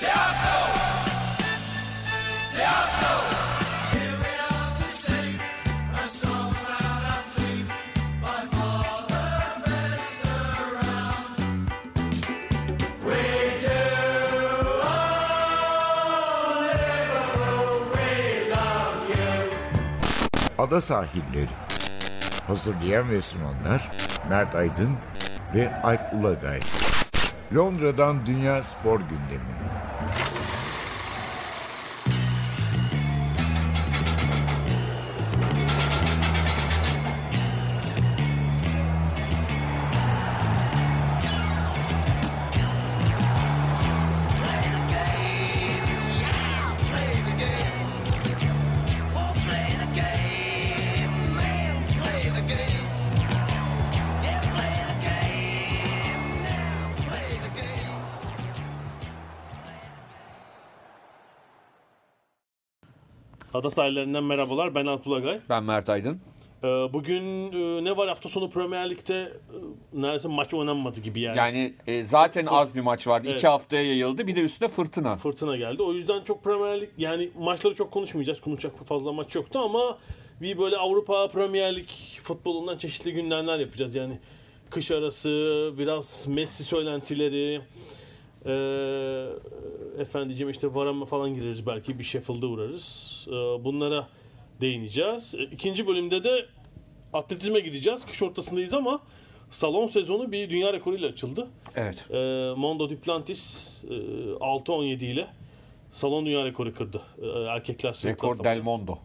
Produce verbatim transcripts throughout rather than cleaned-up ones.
Ada Sahilleri. Hazırlayan ve sunanlar Mert Aydın ve Alp Ulagay. Londra'dan Dünya Spor Gündemi. Ada sahillerinden merhabalar. Ben Alp Ulagay. Ben Mert Aydın. Bugün ne var hafta sonu Premier Lig'de neredeyse maç oynanmadı gibi yani. Yani e, zaten Fırt- az bir maç vardı. Evet. İki haftaya yayıldı. Bir de üstüne fırtına. Fırtına geldi. O yüzden çok Premier Lig yani maçları çok konuşmayacağız. Konuşacak fazla maç yoktu ama bir böyle Avrupa Premier Lig futbolundan çeşitli gündemler yapacağız. Yani kış arası biraz Messi söylentileri, Ee, efendiciğim işte Varane falan gireriz, belki bir Sheffield'a uğrarız. Ee, bunlara değineceğiz. Ee, ikinci bölümde de atletizme gideceğiz. Kış ortasındayız ama salon sezonu bir dünya rekoruyla açıldı. Evet. Ee, Mondo Duplantis e, altı on yedi ile salon dünya rekoru kırdı. Ee, erkekler sınıfta. Rekor Del Mondo.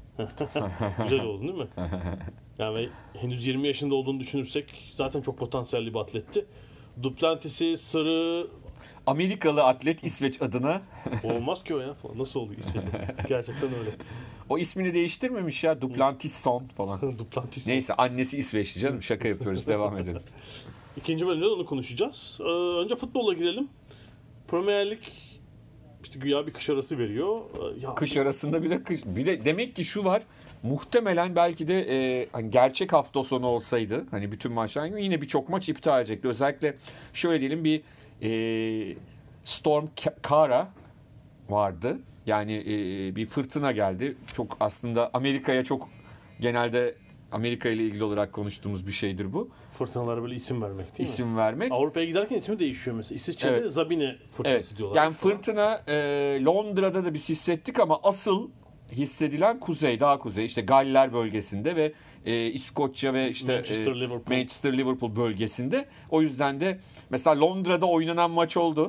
Güzel oldu değil mi? Yani henüz yirmi yaşında olduğunu düşünürsek zaten çok potansiyelli bir atletti. Duplantis'i sarı Amerikalı atlet İsveç adına. Olmaz ki o ya. Nasıl oldu İsveç'e? Gerçekten öyle. O ismini değiştirmemiş ya. Duplantisson falan. Duplantisson. Neyse, annesi İsveçli canım. Şaka yapıyoruz. Devam edelim. İkinci bölümde de onu konuşacağız. Ee, önce futbolla girelim. Premier Lig işte güya bir kış arası veriyor. Ee, ya, kış arasında bir de kış. Bir de demek ki şu var. Muhtemelen belki de e, hani gerçek hafta sonu olsaydı, hani bütün maçlar gibi, yine birçok maç iptal edecekti. Özellikle şöyle diyelim, bir e, Storm Kara vardı. Yani e, bir fırtına geldi. Çok aslında Amerika'ya çok genelde Amerika ile ilgili olarak konuştuğumuz bir şeydir bu. Fırtınalara böyle isim vermek değil isim mi? vermek. Avrupa'ya giderken ismi değişiyor mesela. İsviçre'de evet. Zabine fırtınası evet. diyorlar. Yani fırtına e, Londra'da da biz hissettik ama asıl hissedilen kuzey, daha kuzey, işte Galler bölgesinde ve e, İskoçya ve işte Manchester, e, Liverpool. Manchester Liverpool bölgesinde. O yüzden de mesela Londra'da oynanan maç oldu.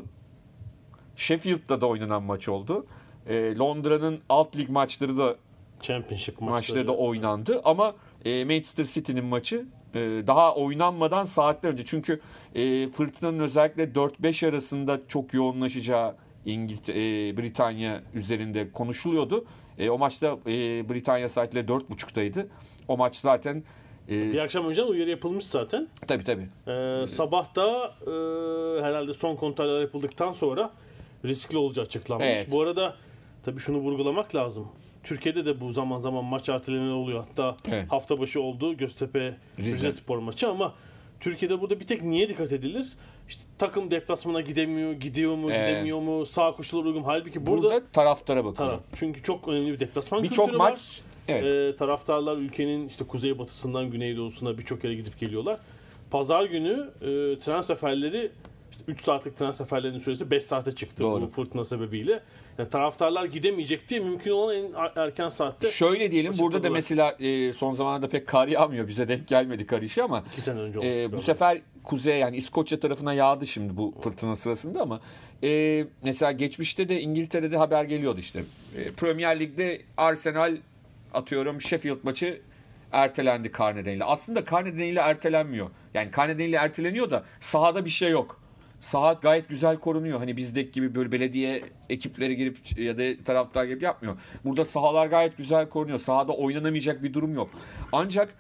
Sheffield'da da oynanan maç oldu. E, Londra'nın alt lig maçları da Championship maçları, maçları da oynandı ama e, Manchester City'nin maçı e, daha oynanmadan saatler önce. Çünkü e, fırtınanın özellikle dört beş arasında çok yoğunlaşacağı İngiltere, e, Britanya üzerinde konuşuluyordu. E, o maçta e, Britanya saatiyle dört buçuktaydı. O maç zaten e, bir akşam önceden uyarı yapılmış zaten. Tabii tabii. E, sabah da e, herhalde son kontroller yapıldıktan sonra riskli olacağı açıklanmış. Evet. Bu arada tabii şunu vurgulamak lazım. Türkiye'de de bu zaman zaman maç ertelemeleri oluyor. Hatta evet. hafta başı oldu Göztepe Rizespor maçı ama Türkiye'de burada bir tek niye dikkat edilir? İşte takım deplasmana gidemiyor, gidiyor mu, ee, gidemiyor mu, sağ koşullar uygun. Halbuki burada, burada taraftara bakıyor. Taraf. Çünkü çok önemli bir deplasman bir kültürü çok maç, var. Evet. Ee, taraftarlar ülkenin işte kuzeybatısından güneydoğusuna birçok yere gidip geliyorlar. Pazar günü e, tren seferleri, işte üç saatlik tren seferlerinin süresi beş saate çıktı. Doğru. Bu fırtına sebebiyle. Yani taraftarlar gidemeyecek diye mümkün olan en erken saatte. Şöyle diyelim, burada da mesela e, son zamanlarda pek kar yağmıyor. Bize denk gelmedi kar işi ama İki sene önce oldu. E, bu sefer kuzey, yani İskoçya tarafına yağdı şimdi bu fırtına sırasında ama e, mesela geçmişte de İngiltere'de haber geliyordu işte. E, Premier Lig'de Arsenal atıyorum Sheffield maçı ertelendi kar nedeniyle. Aslında kar nedeniyle ertelenmiyor. Yani kar nedeniyle erteleniyor da sahada bir şey yok. Saha gayet güzel korunuyor. Hani bizdeki gibi böyle belediye ekipleri girip ya da taraftar gibi yapmıyor. Burada sahalar gayet güzel korunuyor. Sahada oynanamayacak bir durum yok. Ancak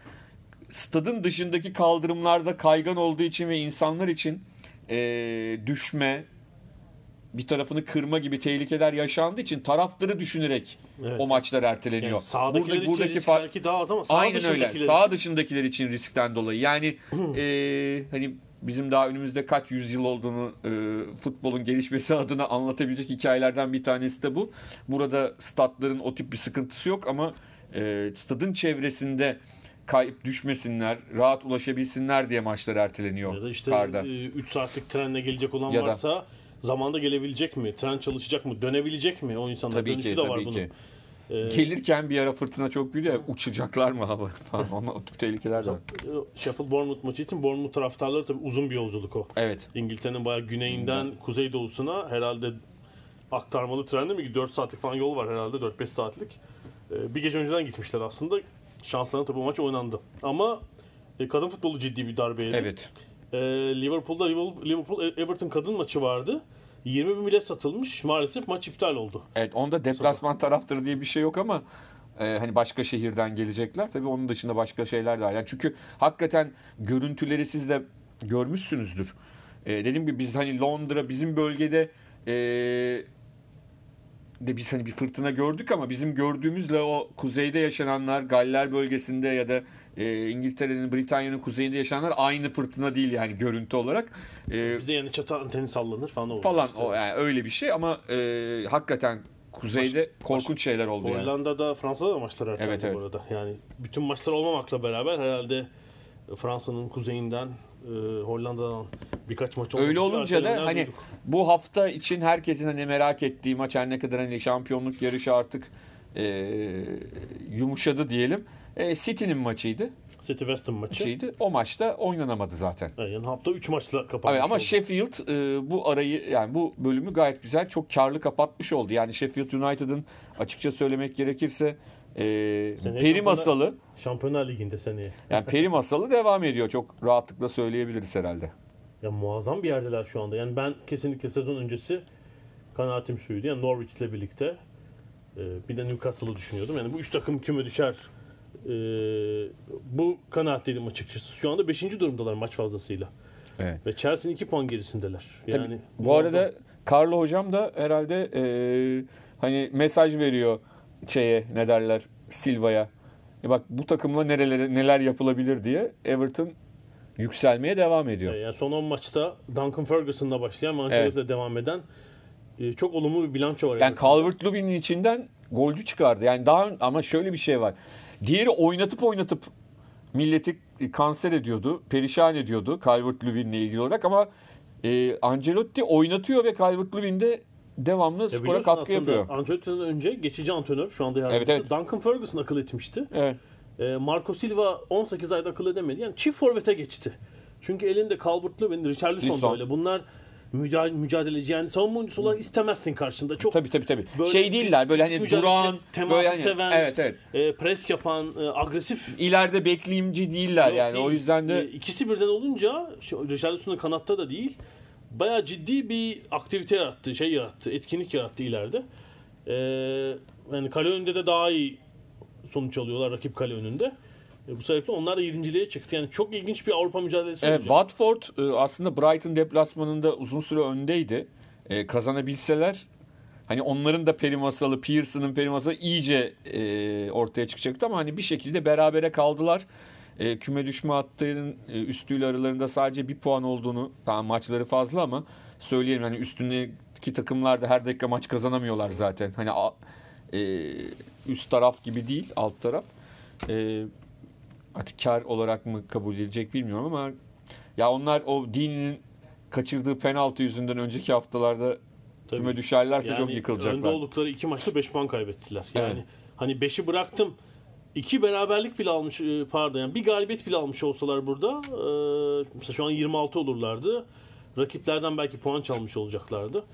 stadın dışındaki kaldırımlarda kaygan olduğu için ve insanlar için ee, düşme, bir tarafını kırma gibi tehlikeler yaşandığı için taraftarı düşünerek evet. o maçlar erteleniyor. Yani sağdakiler buradaki için belki daha az ama sağ aynen öyle. Sağ dışındakiler için riskten dolayı. Yani e, hani bizim daha önümüzde kaç yüzyıl olduğunu e, futbolun gelişmesi adına anlatabilecek hikayelerden bir tanesi de bu. Burada statların o tip bir sıkıntısı yok ama e, stadın çevresinde kayıp düşmesinler, rahat ulaşabilsinler diye maçlar erteleniyor Ya da işte karda. üç saatlik trenle gelecek olan Ya da- varsa zamanda gelebilecek mi? Tren çalışacak mı? Dönebilecek mi? O insanlar Tabii dönüşü ki, de var tabii bunun. ki. Ee, Gelirken bir ara fırtına çok büyüdü ya, uçacaklar mı hava falan. Onun, o tip tehlikeler de var. Sheffield Bournemouth maçı için Bournemouth taraftarları tabii uzun bir yolculuk o. Evet. İngiltere'nin bayağı güneyinden kuzeydoğusuna herhalde aktarmalı trenle mi? dört saatlik falan yol var herhalde. dört beş saatlik. Ee, bir gece önceden gitmişler aslında. Şanslarına tabii bu maç oynandı. Ama e, kadın futbolu ciddi bir darbe yedi. Evet. Ee, Liverpool'da Liverpool Everton kadın maçı vardı. yirmi bin bilet satılmış. Maalesef maç iptal oldu. Evet, onda deplasman taraftarı diye bir şey yok ama e, hani başka şehirden gelecekler. Tabii onun dışında başka şeyler de var. Yani çünkü hakikaten görüntüleri siz de görmüşsünüzdür. E, dediğim gibi biz hani Londra bizim bölgede e, de biz hani bir fırtına gördük ama bizim gördüğümüzle o kuzeyde yaşananlar, Galler bölgesinde ya da e, İngiltere'nin, Britanya'nın kuzeyinde yaşananlar aynı fırtına değil yani görüntü olarak. E, Bize yani çatı anteni sallanır falan oldu. falan işte. o yani öyle bir şey ama e, hakikaten kuzeyde korkunç şeyler oldu yani. Hollanda'da, Fransa'da da maçlar ertelendi Evet, evet. bu arada. Yani bütün maçlar olmamakla beraber herhalde Fransa'nın kuzeyinden e, Hollanda'dan birkaç maç oldu. Öyle olunca da Ertelenenler hani duyduk. bu hafta için herkesin hani merak ettiği maç, her ne kadar hani şampiyonluk yarışı artık e, yumuşadı diyelim. E, City'nin maçıydı. City West Ham maçı. maçıydı. O maçta oynanamadı zaten. Yani hafta üç maçla kapanmış Evet, ama oldu. Sheffield e, bu arayı yani bu bölümü gayet güzel, çok karlı kapatmış oldu. Yani Sheffield United'ın açıkça söylemek gerekirse e, Seneye peri şampiyona- masalı Şampiyonlar Ligi'nde seneye. yani peri masalı devam ediyor. Çok rahatlıkla söyleyebiliriz herhalde. Ya muazzam bir yerdeler şu anda. Yani ben kesinlikle sezon öncesi kanaatim şuydu. Yani Norwich'le birlikte e, bir de Newcastle'ı düşünüyordum. Yani bu üç takım küme düşer. E, bu kanaatteydim açıkçası. Şu anda beşinci durumdalar maç fazlasıyla. Evet. Ve Chelsea'nin iki puan gerisindeler. Tabii, Yani bu arada Carlo hocam da herhalde e, hani mesaj veriyor şeye, ne derler, Silva'ya. E bak bu takımla nerelere neler yapılabilir diye. Everton yükselmeye devam ediyor. yani son on maçta Duncan Ferguson'la başlayan Manchester'da Evet. devam eden e, çok olumlu bir bilanço var. Yani Everton'da. Calvert-Lewin'in içinden golcü çıkardı. Yani daha ama şöyle bir şey var. Diğeri oynatıp oynatıp milleti kanser ediyordu, perişan ediyordu Calvert-Lewin'le ilgili olarak ama e, Ancelotti oynatıyor ve Calvert-Lewin de devamlı Ya skora biliyorsun katkı aslında yapıyor. Ancelotti'den önce geçici antrenör şu anda yardımcısı. Evet, evet. Duncan Ferguson akıl etmişti. Evet. E, Marco Silva on sekiz ayda akıl edemedi. Yani çift forvete geçti. Çünkü elinde Calvert-Lewin, Richarlison da Lisson. öyle. Bunlar müca- mücadeleci. Yani savunma oyuncusu olarak istemezsin karşında. Çok Tabii tabii tabii. böyle Şey değiller böyle hani mücadele, duran, teması böyle hani, seven, evet evet. e, pres yapan, e, agresif. İleride bekleyimci değiller Yok yani. değil. O yüzden de E, ikisi birden olunca şu- Richarlison'un kanatta da değil. Bayağı ciddi bir aktivite yarattı, şey yarattı, etkinlik yarattı ileride. E, yani kale önünde de daha iyi sonuç alıyorlar rakip kale önünde. E, bu sebeple onlar da yedinciliğe çıktı. Yani çok ilginç bir Avrupa mücadelesi evet, olacak. Watford e, aslında Brighton deplasmanında uzun süre öndeydi. E, kazanabilseler hani onların da peri masalı, Pearson'ın peri masalı iyice e, ortaya çıkacaktı ama hani bir şekilde berabere kaldılar. E, küme düşme hattının e, üstüyle aralarında sadece bir puan olduğunu, tamam maçları fazla ama söyleyelim hani üstündeki takımlar da her dakika maç kazanamıyorlar zaten. Hani a- e, üst taraf gibi değil, alt taraf. E, artık kar olarak mı kabul edilecek bilmiyorum ama ya onlar o Dini'nin kaçırdığı penaltı yüzünden önceki haftalarda Tabii. küme düşerlerse Yani çok önde yıkılacaklar. oldukları iki maçta beş puan kaybettiler. Yani Evet. hani beşi bıraktım. iki beraberlik bile almış, e, pardon yani bir galibiyet bile almış olsalar burada e, mesela şu an yirmi altı olurlardı. Rakiplerden belki puan çalmış olacaklardı.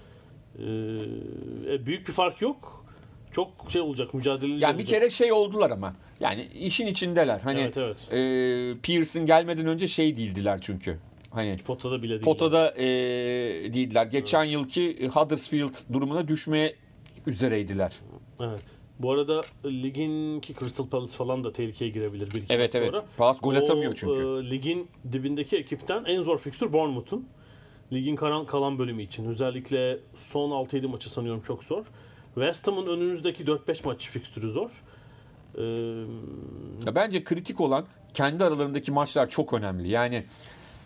E, büyük bir fark yok. Çok şey olacak, mücadeleli Yani bir olacak. kere şey oldular ama. Yani işin içindeler. Hani Evet, evet. e, Pearson gelmeden önce şey değildiler çünkü. Hani Potada bile değil. potada e, değildiler. Geçen yılki Huddersfield durumuna düşmeye üzereydiler. Evet. Bu arada ligin ki Crystal Palace falan da tehlikeye girebilir bir iki Evet maç evet. sonra. Palace gol O, atamıyor çünkü. e, ligin dibindeki ekipten en zor fikstür Bournemouth'un. Ligin kalan, kalan bölümü için. Özellikle son altı yedi maçı sanıyorum çok zor. West Ham'ın önünüzdeki dört beş maç fikstürü zor. Ee, Ya bence kritik olan kendi aralarındaki maçlar çok önemli. Yani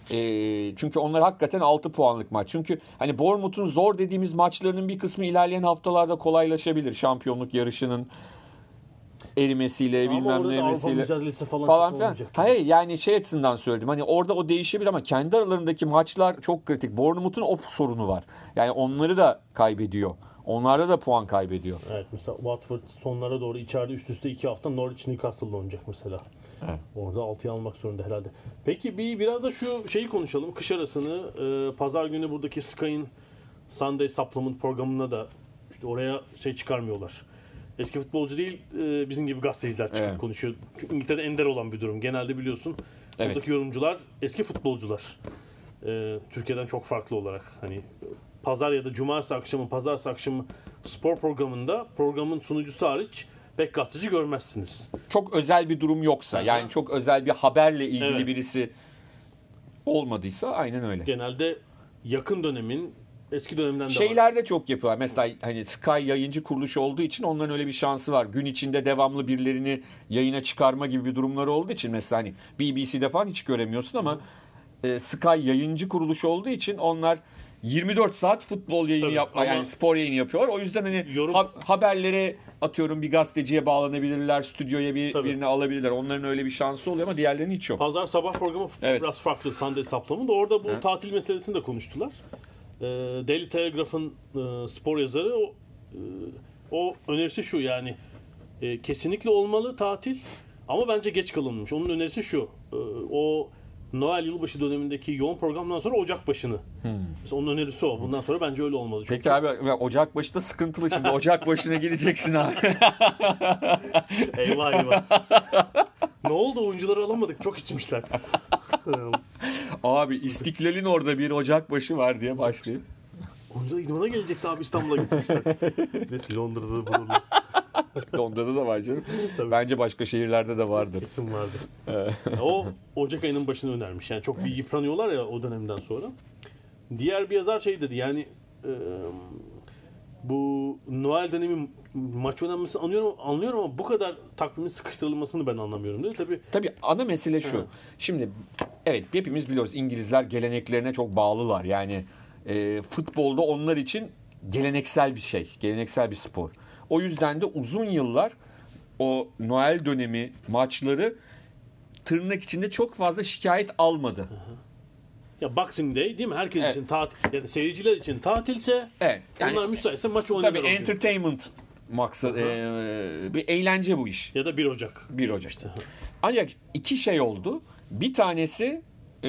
E, çünkü onlar hakikaten altı puanlık maç. Çünkü hani Bournemouth'un zor dediğimiz maçlarının bir kısmı ilerleyen haftalarda kolaylaşabilir. Şampiyonluk yarışının erimesiyle, Ama bilmem orada ne da Avrupa emesiyle mücadelesi falan, falan çok filan. olmayacak. Hayır yani şey açısından söyledim. Hani orada o değişebilir ama kendi aralarındaki maçlar çok kritik. Bournemouth'un o sorunu var. Yani onları da kaybediyor. Onlarda da puan kaybediyor. Evet, mesela Watford sonlara doğru içeride üst üste iki hafta Norwich Newcastle'da oynayacak mesela. Evet. Orada altıyı almak zorunda herhalde. Peki bir biraz da şu şeyi konuşalım. Kış arasını e, pazar günü buradaki Sky'ın Sunday Supplement programına da işte oraya şey çıkarmıyorlar. Eski futbolcu değil, e, bizim gibi gazeteciler çıkıp Evet. konuşuyor. Çünkü İngiltere'de ender olan bir durum. Genelde biliyorsun Evet. buradaki yorumcular eski futbolcular. E, Türkiye'den çok farklı olarak hani pazar ya da cumartesi akşamı, pazartesi akşamı spor programında programın sunucusu hariç pek gazeteci görmezsiniz. Çok özel bir durum yoksa, Aha. yani çok özel bir haberle ilgili Evet. birisi olmadıysa aynen öyle. Genelde yakın dönemin eski dönemden de var. Şeyler de çok yapıyorlar. Mesela hani Sky yayıncı kuruluş olduğu için onların öyle bir şansı var. Gün içinde devamlı birilerini yayına çıkarma gibi bir durumları olduğu için mesela hani B B C'de falan hiç göremiyorsun ama e, Sky yayıncı kuruluş olduğu için onlar yirmi dört saat futbol yayını Tabii, yapma ama yani spor yayını yapıyorlar. O yüzden hani Yorum- ha- haberlere atıyorum bir gazeteciye bağlanabilirler, stüdyoya bir Tabii. birini alabilirler. Onların öyle bir şansı oluyor ama diğerlerinin hiç yok. Pazar sabah programı Evet. biraz farklı. Sunday Supplement. Orada bu Hı. tatil meselesini de konuştular. Ee, Daily Telegraph'ın e, spor yazarı o, e, o önerisi şu yani e, kesinlikle olmalı tatil ama bence geç kalınmış. Onun önerisi şu. e, o Noel yılbaşı dönemindeki yoğun programdan sonra Ocak başını. Mesela onun önerisi o. Bundan sonra bence öyle olmalı. Çünkü Peki abi ya Ocak başı da sıkıntılı şimdi. Ocak başına gideceksin abi. eyvah eyvah. Ne oldu? Oyuncuları alamadık. Çok içmişler. Abi İstiklal'in orada bir Ocak başı var diye başlayıp. Oyuncular idmana gelecekti abi, İstanbul'a gitmişler. Neyse Londra'da da bulurlar. Londra'da da var canım. Tabii. Bence başka şehirlerde de vardır. Kesin vardır. O Ocak ayının başını önermiş. Yani çok bir yıpranıyorlar ya o dönemden sonra. Diğer bir yazar şey dedi yani e, bu Noel dönemi maç oynanması anlıyorum, anlıyorum ama bu kadar takvimin sıkıştırılmasını ben anlamıyorum dedi. Tabii Tabii ana mesele şu. Hı. Şimdi evet hepimiz biliyoruz İngilizler geleneklerine çok bağlılar. Yani e, futbolda onlar için geleneksel bir şey. Geleneksel bir spor. O yüzden de uzun yıllar o Noel dönemi maçları tırnak içinde çok fazla şikayet almadı. ya Boxing Day değil mi? Herkes Evet. için tatil, yani seyirciler için tatilse Evet. Yani, onlar müsaitse maç tabii oynanır. o gün. entertainment maksadı, Hı hı. e, bir eğlence bu iş. Ya da bir Ocak. bir Ocak. İşte. Ancak iki şey oldu. Bir tanesi e,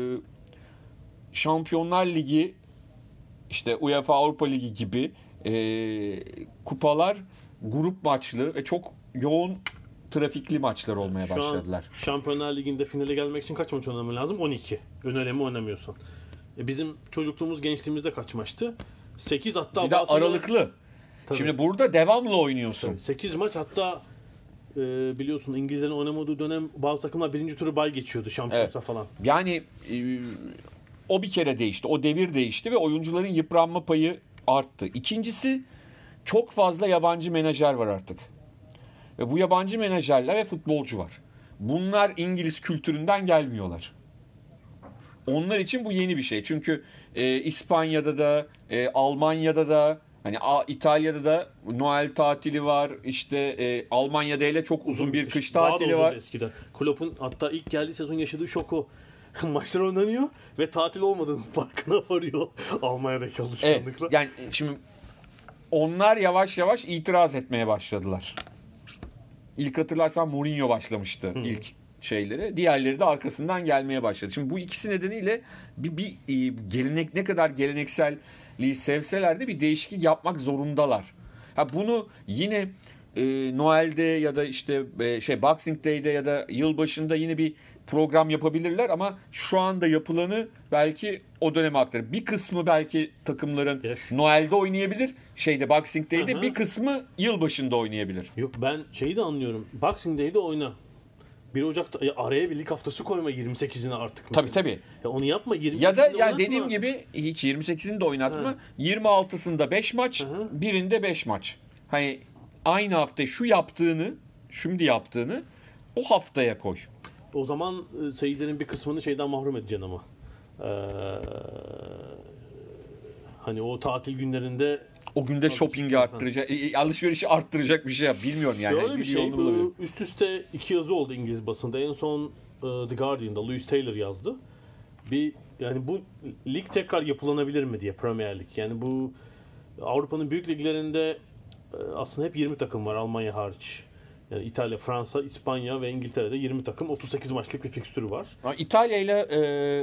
Şampiyonlar Ligi, işte UEFA Avrupa Ligi gibi e, kupalar grup maçlı ve çok yoğun trafikli maçlar olmaya Şu an başladılar. Şampiyonlar Ligi'nde finale gelmek için kaç maç oynaman lazım? on iki. Ön eleme oynamıyorsan. E bizim çocukluğumuz, gençliğimizde kaç maçtı? sekiz hatta Bir de bazı- aralıklı. Tabii. Şimdi burada devamlı oynuyorsun. sekiz maç hatta e, biliyorsun İngilizlerin oynamadığı dönem bazı takımlar birinci turu bay geçiyordu şampiyonsa Evet. falan. Yani e, o bir kere değişti. O devir değişti ve oyuncuların yıpranma payı arttı. İkincisi çok fazla yabancı menajer var artık. Ve bu yabancı menajerler ve futbolcu var. Bunlar İngiliz kültüründen gelmiyorlar. Onlar için bu yeni bir şey. Çünkü e, İspanya'da da, e, Almanya'da da, hani A, İtalya'da da Noel tatili var. İşte e, Almanya'da hele çok uzun bir kış Daha da tatili uzun var. eskiden. Klopp'un hatta ilk geldiği sezon yaşadığı şok o. Maçlar oynanıyor ve tatil olmadığının farkına varıyor Almanya'daki Evet, alışkanlıkla. yani şimdi onlar yavaş yavaş itiraz etmeye başladılar. İlk hatırlarsan Mourinho başlamıştı Hı. ilk şeyleri. Diğerleri de arkasından gelmeye başladı. Şimdi bu ikisi nedeniyle bir, bir e, gelenek ne kadar gelenekselliği sevseler de bir değişiklik yapmak zorundalar. Ha bunu yine e, Noel'de ya da işte e, şey Boxing Day'de ya da yılbaşında yine bir program yapabilirler ama şu anda yapılanı belki o döneme aktarır. Bir kısmı belki takımların Ya şu- Noel'de oynayabilir. Şeyde Boxing Day'de Aha. bir kısmı yılbaşında oynayabilir. Yok ben şeyi de anlıyorum. Boxing Day'de oyna. bir Ocak'ta ya araya bir lig haftası koyma yirmi sekizine artık. Tabii mesela. tabii. Ya onu yapma yirmi Ya da sekizinde yani oynatma dediğim artık. gibi hiç yirmi sekizini de oynatma. Ha. yirmi altısında beş maç, Hı. birinde beş maç. Hani aynı hafta şu yaptığını, şimdi yaptığını o haftaya koy. O zaman e, seyircilerin bir kısmını şeyden mahrum edeceksin ama. Ee, hani o tatil günlerinde O günde shopping'i arttıracak, e, alışverişi arttıracak bir şey yap. Bilmiyorum yani. şöyle bir şey, yolunu bulabilir. bu üst üste iki yazı oldu İngiliz basında. En son e, The Guardian'da Louis Taylor yazdı. Bir yani bu lig tekrar yapılanabilir mi diye, Premier Lig. Yani bu Avrupa'nın büyük liglerinde e, aslında hep yirmi takım var Almanya hariç. Yani İtalya, Fransa, İspanya ve İngiltere'de yirmi takım, otuz sekiz maçlık bir fikstürü var. Ha, İtalya ile e,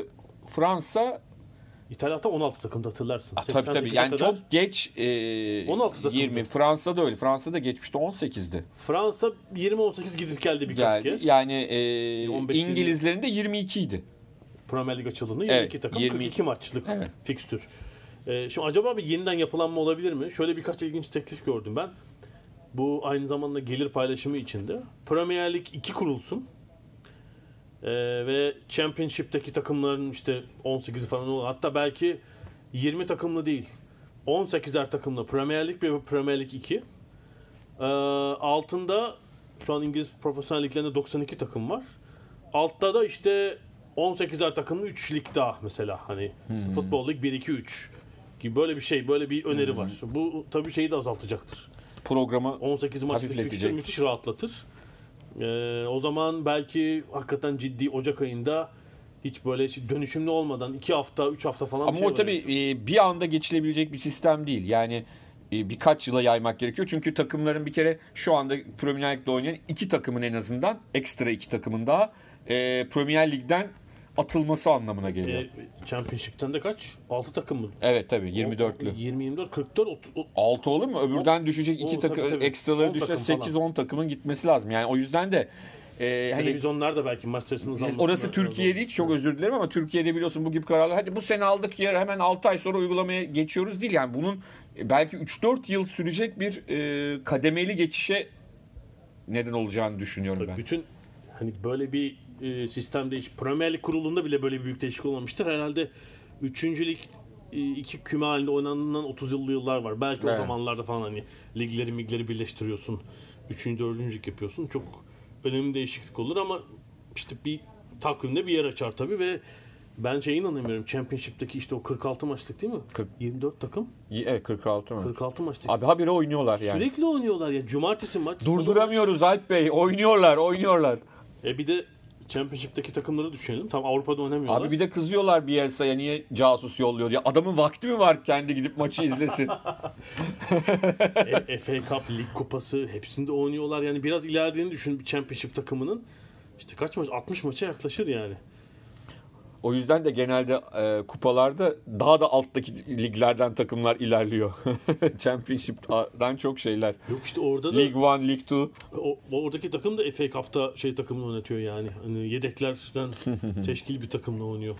Fransa İtalya hatta on altı takımda, hatırlarsın. ha, tabii tabii yani kadar. çok geç e, on altı takımda. yirmi. Fransa'da öyle. Fransa'da geçmişte on sekizdi. Fransa yirmi on sekiz gidip geldi birkaç Geldi. kez. Yani e, on beş İngilizlerin de yirmi iki idi. Premier Lig açıldığında yirmi iki Evet, takım, yirmi iki. kırk iki maçlık Evet. fikstür. Ee, şimdi acaba bir yeniden yapılanma olabilir mi? Şöyle birkaç ilginç teklif gördüm ben. Bu aynı zamanda gelir paylaşımı içinde. Premier Lig iki kurulsun. Ee, ve Championship'teki takımların işte on sekizi falan olur. Hatta belki yirmi takımlı değil, on sekizer takımlı Premier Lig ve Premier Lig iki. Ee, altında şu an İngiliz profesyonel liglerinde doksan iki takım var. Altta da işte on sekizer takımlı üç lig daha mesela, hani işte Hmm. Futbol Lig bir iki üç gibi böyle bir şey, böyle bir öneri Hmm. var. Bu tabii şeyi de azaltacaktır. Programı on sekiz maçlık Hafifletecek. fikstür müthiş rahatlatır. Ee, o zaman belki hakikaten ciddi Ocak ayında hiç böyle dönüşümlü olmadan iki hafta, üç hafta falan ama bir şey o tabii verirsin. e, bir anda geçilebilecek bir sistem değil. Yani e, birkaç yıla yaymak gerekiyor. Çünkü takımların bir kere şu anda Premier Lig'de oynayan iki takımın en azından ekstra iki takımın daha e, Premier Lig'den atılması anlamına geliyor. Ee, Championship'ten de kaç? altı takım mı? Evet tabii yirmi dörtlü. yirmi yirmi dört, kırk dört, otuz, altı olur mu? Öbürden düşecek iki O, takım, tabii, tabii. ekstraları on düşse takım sekiz on takımın gitmesi lazım. Yani o yüzden de e, hani televizyonlar da belki maç sayısını azalmasına- orası Türkiye değil ki, çok özür dilerim ama Türkiye'de biliyorsun bu gibi kararlar hadi bu sene aldık ya hemen altı ay sonra uygulamaya geçiyoruz değil. Yani bunun belki üç dört yıl sürecek bir e, kademeli geçişe neden olacağını düşünüyorum Tabii ben. bütün hani böyle bir e, sistem değiş. Premier Lig kurulunda bile böyle bir büyük değişiklik olmamıştır. Herhalde üçüncü lig e, iki küme halinde oynanılan otuz yıllı yıllar var. Belki Evet. o zamanlarda falan hani ligleri migleri birleştiriyorsun. Üçüncü, dördüncü lig yapıyorsun. Çok önemli değişiklik olur ama işte bir takvimde bir yer açar tabii ve ben şeye inanamıyorum. Championship'teki işte o kırk altı maçlık değil mi? kırk yirmi dört takım. Evet kırk altı mı? kırk altı maçlık. Abi habire oynuyorlar yani. Sürekli oynuyorlar ya. Cumartesi maç. salı maç. Durduramıyoruz Alp Bey. Oynuyorlar, oynuyorlar. E bir de Championship'teki takımları düşünelim. Tam Avrupa'da oynamıyorlar. Abi bir de kızıyorlar Bielsa'ya niye casus yolluyor diye. Adamın vakti mi var kendi gidip maçı izlesin? e, F A Cup, Lig Kupası hepsinde oynuyorlar. Yani biraz ilerlediğini düşün bir Championship takımının. İşte kaç maç? altmış maça yaklaşır yani. O yüzden de genelde e, kupalarda daha da alttaki liglerden takımlar ilerliyor. Championship'dan çok şeyler. Yok işte orada da League bir, League iki. o, oradaki takım da F A Cup'ta şey takımını oynatıyor yani. Hani yedeklerden teşkil bir takımla oynuyor.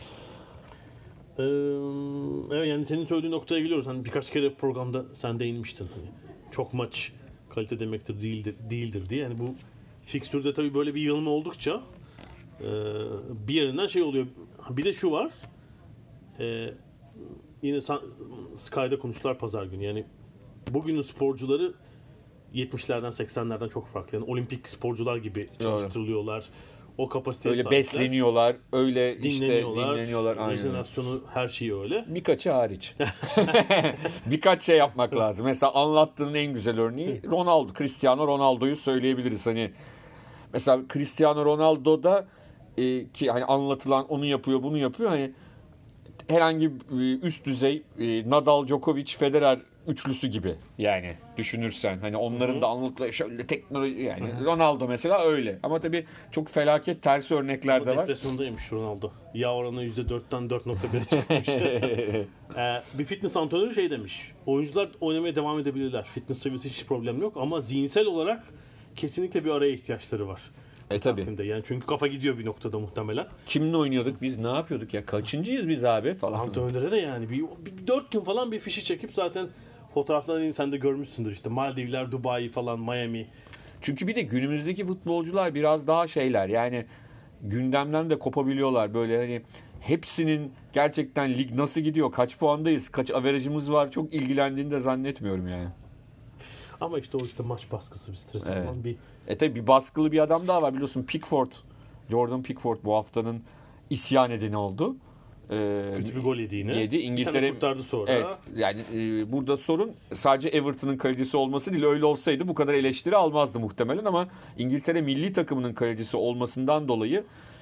Ee, evet yani senin söylediğin noktaya geliyoruz. Hani birkaç kere programda sen değinmiştin. Hani çok maç kalite demektir değildir değildir diye. Yani bu fikstürde tabii böyle bir yığılma oldukça e, bir yerinden şey oluyor. Bir de şu var. E, yine San- Sky'da konuştular pazar günü. Yani bugünün sporcuları yetmişlerden seksenlerden çok farklı. Yani olimpik sporcular gibi çalıştırılıyorlar. O kapasiteye Öyle sahipler. besleniyorlar, öyle işte Dinleniyorlar. dinleniyorlar. Aynen. Rejenerasyonu, her şeyi öyle. Birkaçı hariç. Birkaç şey yapmak lazım. Mesela anlattığın en güzel örneği Ronaldo, Cristiano Ronaldo'yu söyleyebiliriz. Hani mesela Cristiano Ronaldo'da e, ki hani anlatılan onu yapıyor, bunu yapıyor. Hani herhangi bir üst düzey e, Nadal, Djokovic, Federer üçlüsü gibi yani düşünürsen hani onların Hı hı. da anlatılan şöyle teknoloji yani Ronaldo mesela öyle. Ama tabii çok felaket tersi örnekler de var. Depresyondaymış Ronaldo. Yağ oranı yüzde dörtten dört nokta bire çıkmış. ee, bir fitness antrenörü şey demiş. Oyuncular oynamaya devam edebilirler. Fitness seviyesi hiç problem yok ama zihinsel olarak kesinlikle bir araya ihtiyaçları var. E tabii. Takvimde. Yani çünkü kafa gidiyor bir noktada muhtemelen. Kimle oynuyorduk biz? Ne yapıyorduk ya? Kaçıncıyız biz abi falan. Antrenöre de yani bir, bir dört gün falan bir fişi çekip zaten fotoğraflarını sen de görmüşsündür işte Maldivler, Dubai falan, Miami. Çünkü bir de günümüzdeki futbolcular biraz daha şeyler. Yani gündemden de kopabiliyorlar. Böyle hani hepsinin gerçekten lig nasıl gidiyor? Kaç puandayız? Kaç averajımız var? Çok ilgilendiğini de zannetmiyorum yani. Ama işte o işte maç baskısı bir stres Evet. falan bir E tabi bir baskılı bir adam daha var biliyorsun Pickford. Jordan Pickford bu haftanın isyan edeni oldu. e, Kötü bir gol yedi yine. Yedi. İngiltere Bir tane kurtardı sonra. Evet, yani e, burada sorun sadece Everton'ın kalecisi olması değil. Öyle olsaydı bu kadar eleştiri almazdı muhtemelen ama İngiltere milli takımının kalecisi olmasından dolayı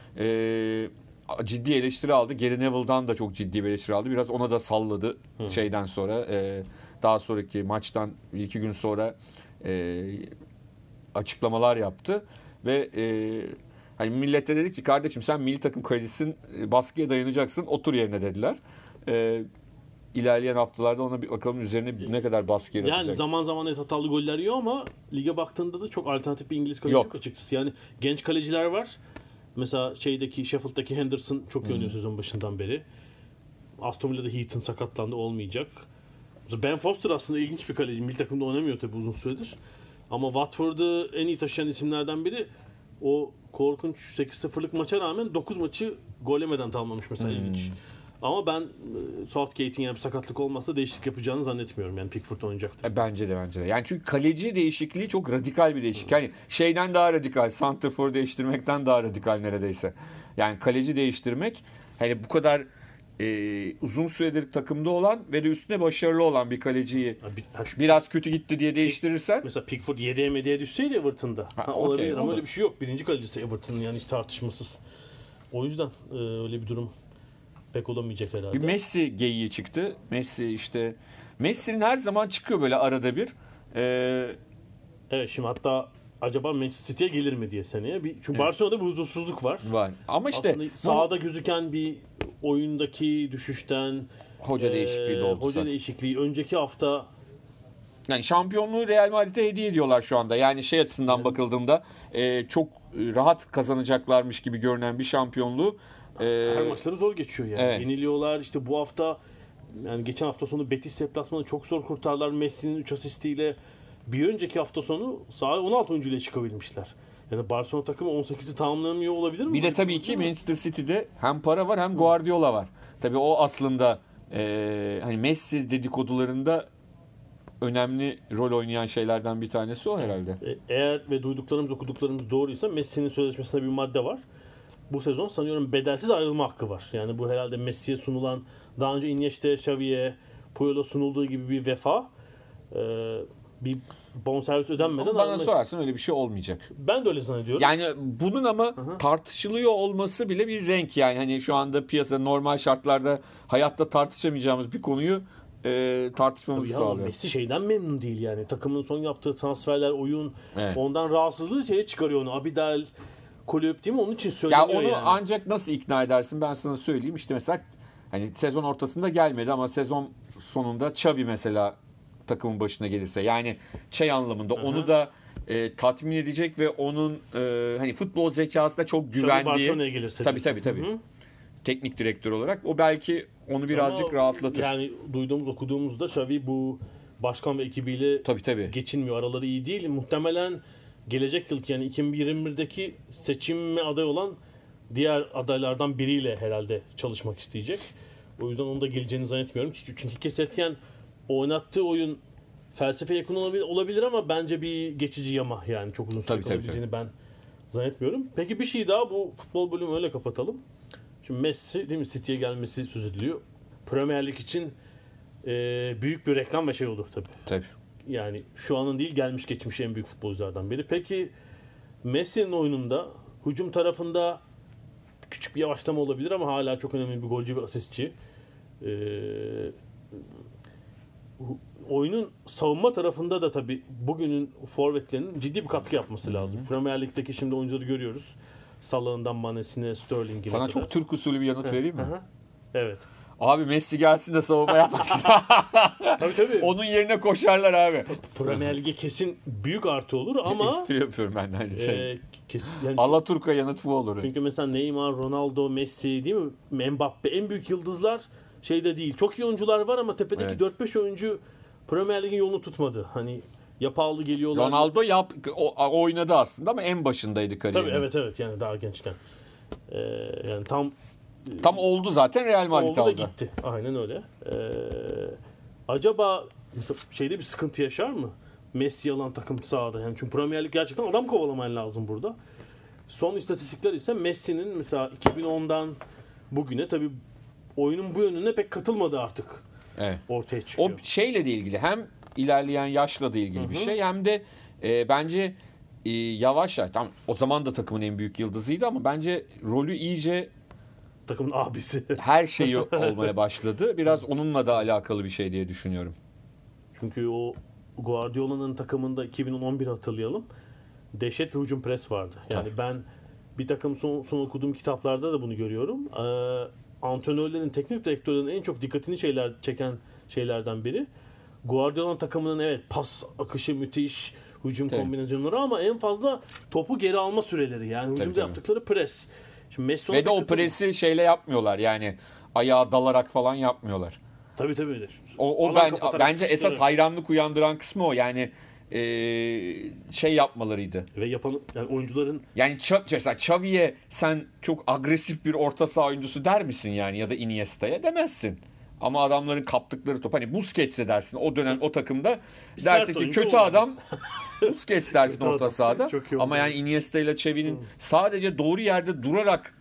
e, ciddi eleştiri aldı. Gary Neville'dan da çok ciddi bir eleştiri aldı. Biraz ona da salladı Hı. şeyden sonra. E, daha sonraki maçtan bir iki gün sonra e, açıklamalar yaptı ve e, hani millete dedi ki kardeşim sen milli takım kalecisin, baskıya dayanacaksın, otur yerine dediler. E, ilerleyen haftalarda ona bir bakalım üzerine ne kadar baskı yaratacak. Yani zaman zaman evet hatalı goller yiyor ama lige baktığında da çok alternatif bir İngiliz kaleci yok yok açıkçası. Yani genç kaleciler var. Mesela şeydeki Sheffield'daki Henderson çok iyi oynuyor hmm. sezon başından beri. Aston Villa'da Heaton sakatlandı, olmayacak. Ben Foster aslında ilginç bir kaleci. Milli takımda oynamıyor tabii uzun süredir. Ama Watford'u en iyi taşıyan isimlerden biri. O korkunç sekiz sıfırlık maça rağmen dokuz maçı gol yemeden tamamlamış mesela hmm. ilginç. Ama ben Southgate'in yani bir sakatlık olmazsa değişiklik yapacağını zannetmiyorum. Yani Pickford oynayacaktır. Bence de bence de. Yani çünkü kaleci değişikliği çok radikal bir değişiklik. Yani şeyden daha radikal, santrfor değiştirmekten daha radikal neredeyse. Yani kaleci değiştirmek hani bu kadar e, uzun süredir takımda olan ve de üstüne başarılı olan bir kaleciyi bir, biraz kötü gitti diye değiştirirsen. Mesela Pickford yediye medyeye düşseydi Everton'da. Ha, ha, olabilir okay, ama öyle bir şey yok. Birinci kalecisi Everton'ın yani hiç tartışmasız. O yüzden e, öyle bir durum pek olamayacak herhalde. Bir Messi geyiği çıktı. Messi işte Messi'nin her zaman çıkıyor böyle arada bir. Ee... Evet şimdi hatta acaba Manchester City'ye gelir mi diye seneye. Bir, çünkü evet. Barcelona'da bir huzursuzluk var. Var. Ama işte aslında sahada gözüken bir oyundaki düşüşten hoca e, değişikliği de oldu. Hoca zaten. değişikliği. Önceki hafta yani şampiyonluğu Real Madrid'e hediye ediyorlar şu anda. Yani şey açısından evet. bakıldığında e, çok rahat kazanacaklarmış gibi görünen bir şampiyonluğu Her ee, maçları zor geçiyor yani. Evet. Yeniliyorlar. İşte bu hafta yani geçen hafta sonu Betis deplasmanı çok zor kurtardılar Messi'nin üç asistiyle. Bir önceki hafta sonu sahaya on altı oyuncuyla çıkabilmişler. Yani Barcelona takımı on sekizi tamamlamıyor olabilir mi? Bir de tabii ki Manchester City'de hem para var hem Guardiola var. Tabii o aslında e, hani Messi dedikodularında önemli rol oynayan şeylerden bir tanesi o herhalde. Eğer ve duyduklarımız, okuduklarımız doğruysa Messi'nin sözleşmesinde bir madde var. Bu sezon sanıyorum bedelsiz ayrılma hakkı var. Yani bu herhalde Messi'ye sunulan, daha önce Iniesta, Xavi'ye, Puyol'a sunulduğu gibi bir vefa. Ee, bir bonservis ödenmeden ama bana ayrılmak... sorarsan öyle bir şey olmayacak. Ben de öyle zannediyorum. Yani bunun ama Hı-hı. tartışılıyor olması bile bir renk yani. Hani şu anda piyasada normal şartlarda hayatta tartışamayacağımız bir konuyu e, tartışmamızı ya, sağlıyor. Messi şeyden memnun değil yani. Takımın son yaptığı transferler, oyun, evet. ondan rahatsızlığı şeye çıkarıyor onu. Abidal kulüp değil mi? Onun için söyleniyor ya onu yani. Ancak nasıl ikna edersin ben sana söyleyeyim. İşte mesela hani sezon ortasında gelmedi ama sezon sonunda Xavi mesela takımın başına gelirse yani şey anlamında Hı-hı. onu da e, tatmin edecek ve onun e, hani futbol zekası da çok güvendiği. Barcelona'ya gelirse. Tabii tabii tabii. Hı-hı. Teknik direktör olarak o belki onu birazcık ama rahatlatır. Yani duyduğumuz okuduğumuzda Xavi bu başkan ve ekibiyle tabii, tabii. geçinmiyor. Araları iyi değil. Muhtemelen gelecek yıl yani iki bin yirmi birdeki seçime aday olan diğer adaylardan biriyle herhalde çalışmak isteyecek. O yüzden onun da geleceğini zannetmiyorum. Çünkü Kesetyen oynattığı oyun felsefe yakın olabilir, olabilir ama bence bir geçici yama yani çok uzun süre kalabileceğini ben zannetmiyorum. Peki bir şey daha bu futbol bölümü öyle kapatalım. Şimdi Messi değil mi City'ye gelmesi söz ediliyor. Premier Lig için e, büyük bir reklam ve şey olur tabii. Tabii. Yani şu anın değil gelmiş geçmiş en büyük futbolculardan biri. Peki Messi'nin oyununda hücum tarafında küçük bir yavaşlama olabilir ama hala çok önemli bir golcü ve asistçi. Ee, oyunun savunma tarafında da tabii bugünün forvetlerinin ciddi bir katkı yapması lazım. Hı-hı. Premier Lig'deki şimdi oyuncuları görüyoruz. Salah'ından Mane'sine, Sterling'ine Sana kadar. Çok Türk usulü bir yanıt vereyim mi? Hı-hı. Evet. Abi Messi gelsin de savunma yapmasın. Tabii tabii. Onun yerine koşarlar abi. Premier Lig'e kesin büyük artı olur ama espri yapıyorum ben de aynı şey. E, kesin yani Alaturka yanıt bu olur. Çünkü mesela Neymar, Ronaldo, Messi değil mi? Mbappe en büyük yıldızlar şeyde değil. Çok iyi oyuncular var ama tepedeki evet. dört beş oyuncu Premier Lig'in yolunu tutmadı. Hani ya pahalı geliyorlar. Ronaldo yap o, oynadı aslında ama en başındaydı kariyerinin. Tabii evet evet yani daha gençken. Ee, yani tam Tam oldu zaten Real Madrid oldu aldı. Oldu da gitti. Aynen öyle. Ee, acaba mesela şeyde bir sıkıntı yaşar mı? Messi alan takım sahada. Yani çünkü Premier Lig gerçekten adam kovalaman lazım burada. Son istatistikler ise Messi'nin mesela iki bin ondan bugüne tabii oyunun bu yönüne pek katılmadı artık Evet. ortaya çıkıyor. O şeyle de ilgili, hem ilerleyen yaşla da ilgili Hı hı. bir şey, hem de e, bence e, yavaş yavaş, tam o zaman da takımın en büyük yıldızıydı ama bence rolü iyice Takımın abisi. her şeyi olmaya başladı. Biraz onunla da alakalı bir şey diye düşünüyorum. Çünkü o Guardiola'nın takımında iki bin on bir hatırlayalım. Dehşet bir hücum pres vardı. Yani Tabii. ben bir takım son, son okuduğum kitaplarda da bunu görüyorum. Ee, antrenörlerin, teknik direktörlerin en çok dikkatini şeyler çeken şeylerden biri. Guardiola'nın takımının evet pas akışı müthiş, hücum Tabii. kombinasyonları ama en fazla topu geri alma süreleri. Yani hücumda tabii. yaptıkları pres. Şimdi Messi ona Ve de pek o katılmıyor. presi şeyle yapmıyorlar, yani ayağa dalarak falan yapmıyorlar. Tabii tabii öyle. O, o Alan ben kapatarak bence sıkıştırır. esas hayranlık uyandıran kısmı o. Yani e, şey yapmalarıydı. Ve yapan yani oyuncuların Yani Ç- mesela Xavi'ye sen çok agresif bir orta saha oyuncusu der misin yani, ya da Iniesta'ya demezsin. Ama adamların kaptıkları top, hani Busquets'e dersin o dönem o takımda, Sert dersin ki oyuncu kötü olmadı. adam Busquets dersin Kötü orta adam. sahada. Çok iyi Ama oldu. yani Iniesta ile Xavi'nin sadece doğru yerde durarak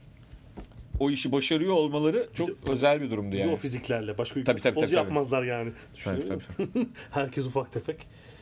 o işi başarıyor olmaları çok özel bir durumdu bir de yani. o fiziklerle başka bir Tabii, tabii, futbolcu tabii, tabii. yapmazlar yani. Tabii, Düşünüyor tabii, musun? Herkes ufak tefek.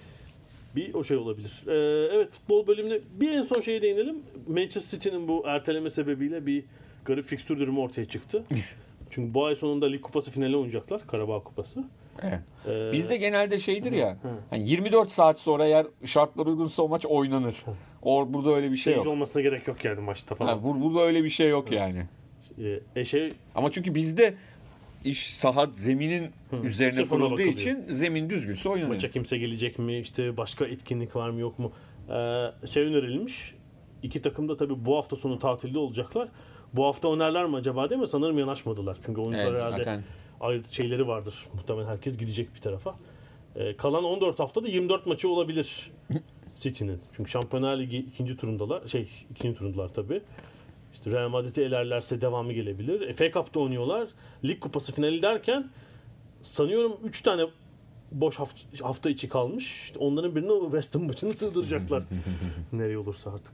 Bir o şey olabilir. Ee, evet, futbol bölümüne bir en son şeye değinelim. Manchester City'nin bu erteleme sebebiyle bir garip fikstür durumu ortaya çıktı. Çünkü bu ay sonunda Lig Kupası finali oynayacaklar. Karabağ Kupası. Evet. Ee, Bizde genelde şeydir ya. Hani yirmi dört saat sonra eğer şartlar uygunsa o maç oynanır. Or burada öyle bir şey seyirci yok. olmasına gerek yok yani maçta falan. Ha, bur- burada öyle bir şey yok yani. Ee, e şey Ama çünkü bizde iş saha zeminin üzerine sırf ona kurulduğu bakılıyor. için zemin düzgünse oynanıyor. maça kimse gelecek mi? İşte başka etkinlik var mı yok mu? Ee, şey önerilmiş. İki takım da tabii bu hafta sonu tatilde olacaklar. Bu hafta oynarlar mı acaba değil mi? Sanırım yanaşmadılar. Çünkü oyuncular Evet, herhalde zaten. ayrı şeyleri vardır. Muhtemelen herkes gidecek bir tarafa. Ee, kalan on dört haftada yirmi dört maçı olabilir City'nin. Çünkü Şampiyonlar Ligi ikinci turundalar. Şey, ikinci turundalar tabii. İşte Real Madrid'i elerlerse devamı gelebilir. F A Cup'ta oynuyorlar. Lig Kupası finali derken sanıyorum üç tane boş hafta, hafta içi kalmış. İşte onların birini o West Ham maçını sığdıracaklar. Nereye olursa artık.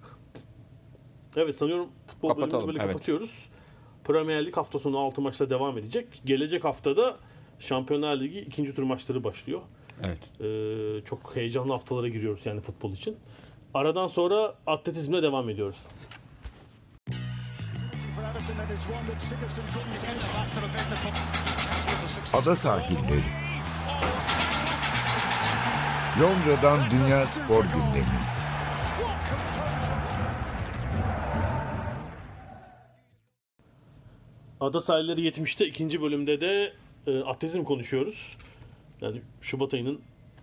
Evet, sanıyorum futbol bölümünü Kapatalım, böyle evet. kapatıyoruz. Premier Lig hafta sonu altı maçla devam edecek. Gelecek haftada Şampiyonlar Ligi ikinci tur maçları başlıyor. Evet. Ee, çok heyecanlı haftalara giriyoruz yani futbol için. Aradan sonra atletizmle devam ediyoruz. Ada sahilleri. Londra'dan Dünya Spor Gündemi. Ada sahilleri yetmişte ikinci bölümde de e, atletizm konuşuyoruz. Yani Şubat ayının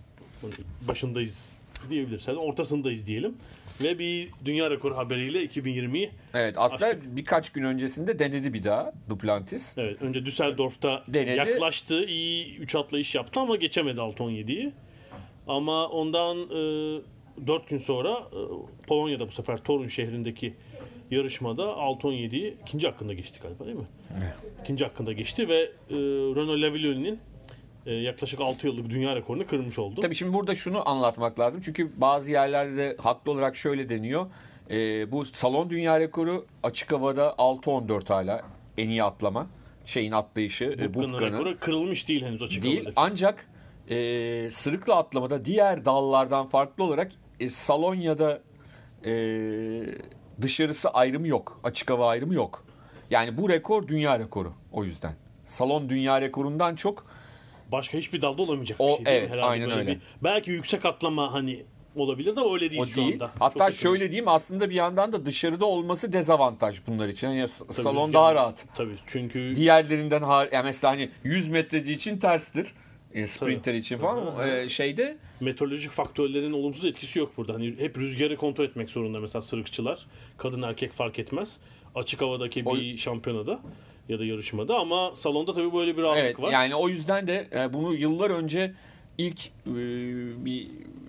başındayız diyebiliriz. Yani ortasındayız diyelim. Ve bir dünya rekoru haberiyle iki bin yirmiyi Evet, aslında Açtık. birkaç gün öncesinde denedi bir daha Duplantis. evet, önce Düsseldorf'ta Denedi. yaklaştı. İyi üç atlayış yaptı ama geçemedi altı on yediyi. Ama ondan e, dört gün sonra e, Polonya'da bu sefer Torun şehrindeki yarışmada altı on yediyi ikinci hakkında geçti galiba değil mi? Evet. İkinci hakkında geçti ve e, Renaud Lavillon'in e, yaklaşık altı yıllık dünya rekorunu kırmış oldu. Tabii şimdi burada şunu anlatmak lazım. Çünkü bazı yerlerde de haklı olarak şöyle deniyor. Ee, bu salon dünya rekoru açık havada altı on dört hala en iyi atlama. Şeyin atlayışı, e, Bubka'nın Bubka'nın rekoru kırılmış değil henüz açık değil. havada. Ancak e, sırıkla atlamada diğer dallardan farklı olarak e, salon ya da e, dışarısı ayrımı yok. Açık hava ayrımı yok. Yani bu rekor dünya rekoru o yüzden. Salon dünya rekorundan çok Başka hiçbir dalda olamayacak O- bir şey değil mi? evet, Herhalde aynen böyle öyle. bir- belki yüksek atlama hani olabilir de öyle değil o şu değil. anda. Çok Hatta yakın. şöyle diyeyim, aslında bir yandan da dışarıda olması dezavantaj bunlar için. Yani s- Tabii salon rüzgar- daha rahat. Tabii çünkü Diğerlerinden har yani mesela hani yüz metreci için terstir. E, sprinter Tabii. için falan. Hı hı. E, şeyde meteorolojik faktörlerin olumsuz etkisi yok burada. Hani hep rüzgarı kontrol etmek zorunda mesela sırıkçılar. Kadın erkek fark etmez. Açık havadaki O- bir şampiyonada ya da yarışmada ama salonda tabii böyle bir rahatlık evet, var. yani o yüzden de e, bunu yıllar önce ilk e, bir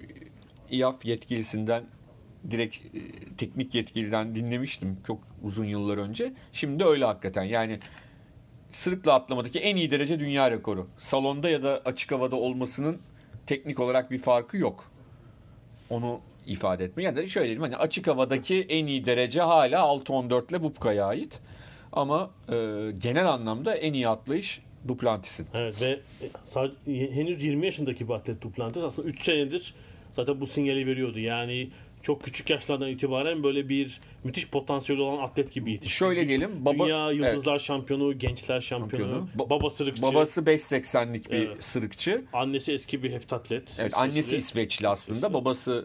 İ A F yetkilisinden, direkt e, teknik yetkiliden dinlemiştim çok uzun yıllar önce. Şimdi de öyle hakikaten. Yani sırıkla atlamadaki en iyi derece dünya rekoru. Salonda ya da açık havada olmasının teknik olarak bir farkı yok. Onu ifade etme. Ya da şöyle diyeyim, hani açık havadaki en iyi derece hala altı on dört ile Bubka'ya ait. Ama e, genel anlamda en iyi atlayış Duplantis'in. Evet ve sadece, henüz yirmi yaşındaki bir atlet Duplantis aslında üç senedir zaten bu sinyali veriyordu. Yani çok küçük yaşlardan itibaren böyle bir müthiş potansiyeli olan atlet gibi yetişti. Şöyle diyelim. Baba, Dünya yıldızlar şampiyonu, gençler şampiyonu, Şampiyonu. Ba- baba sırıkçı. Babası beş seksenlik bir Evet. sırıkçı. Annesi eski bir heptatlet. Evet, İsveçli. annesi İsveçli aslında. İsveçli.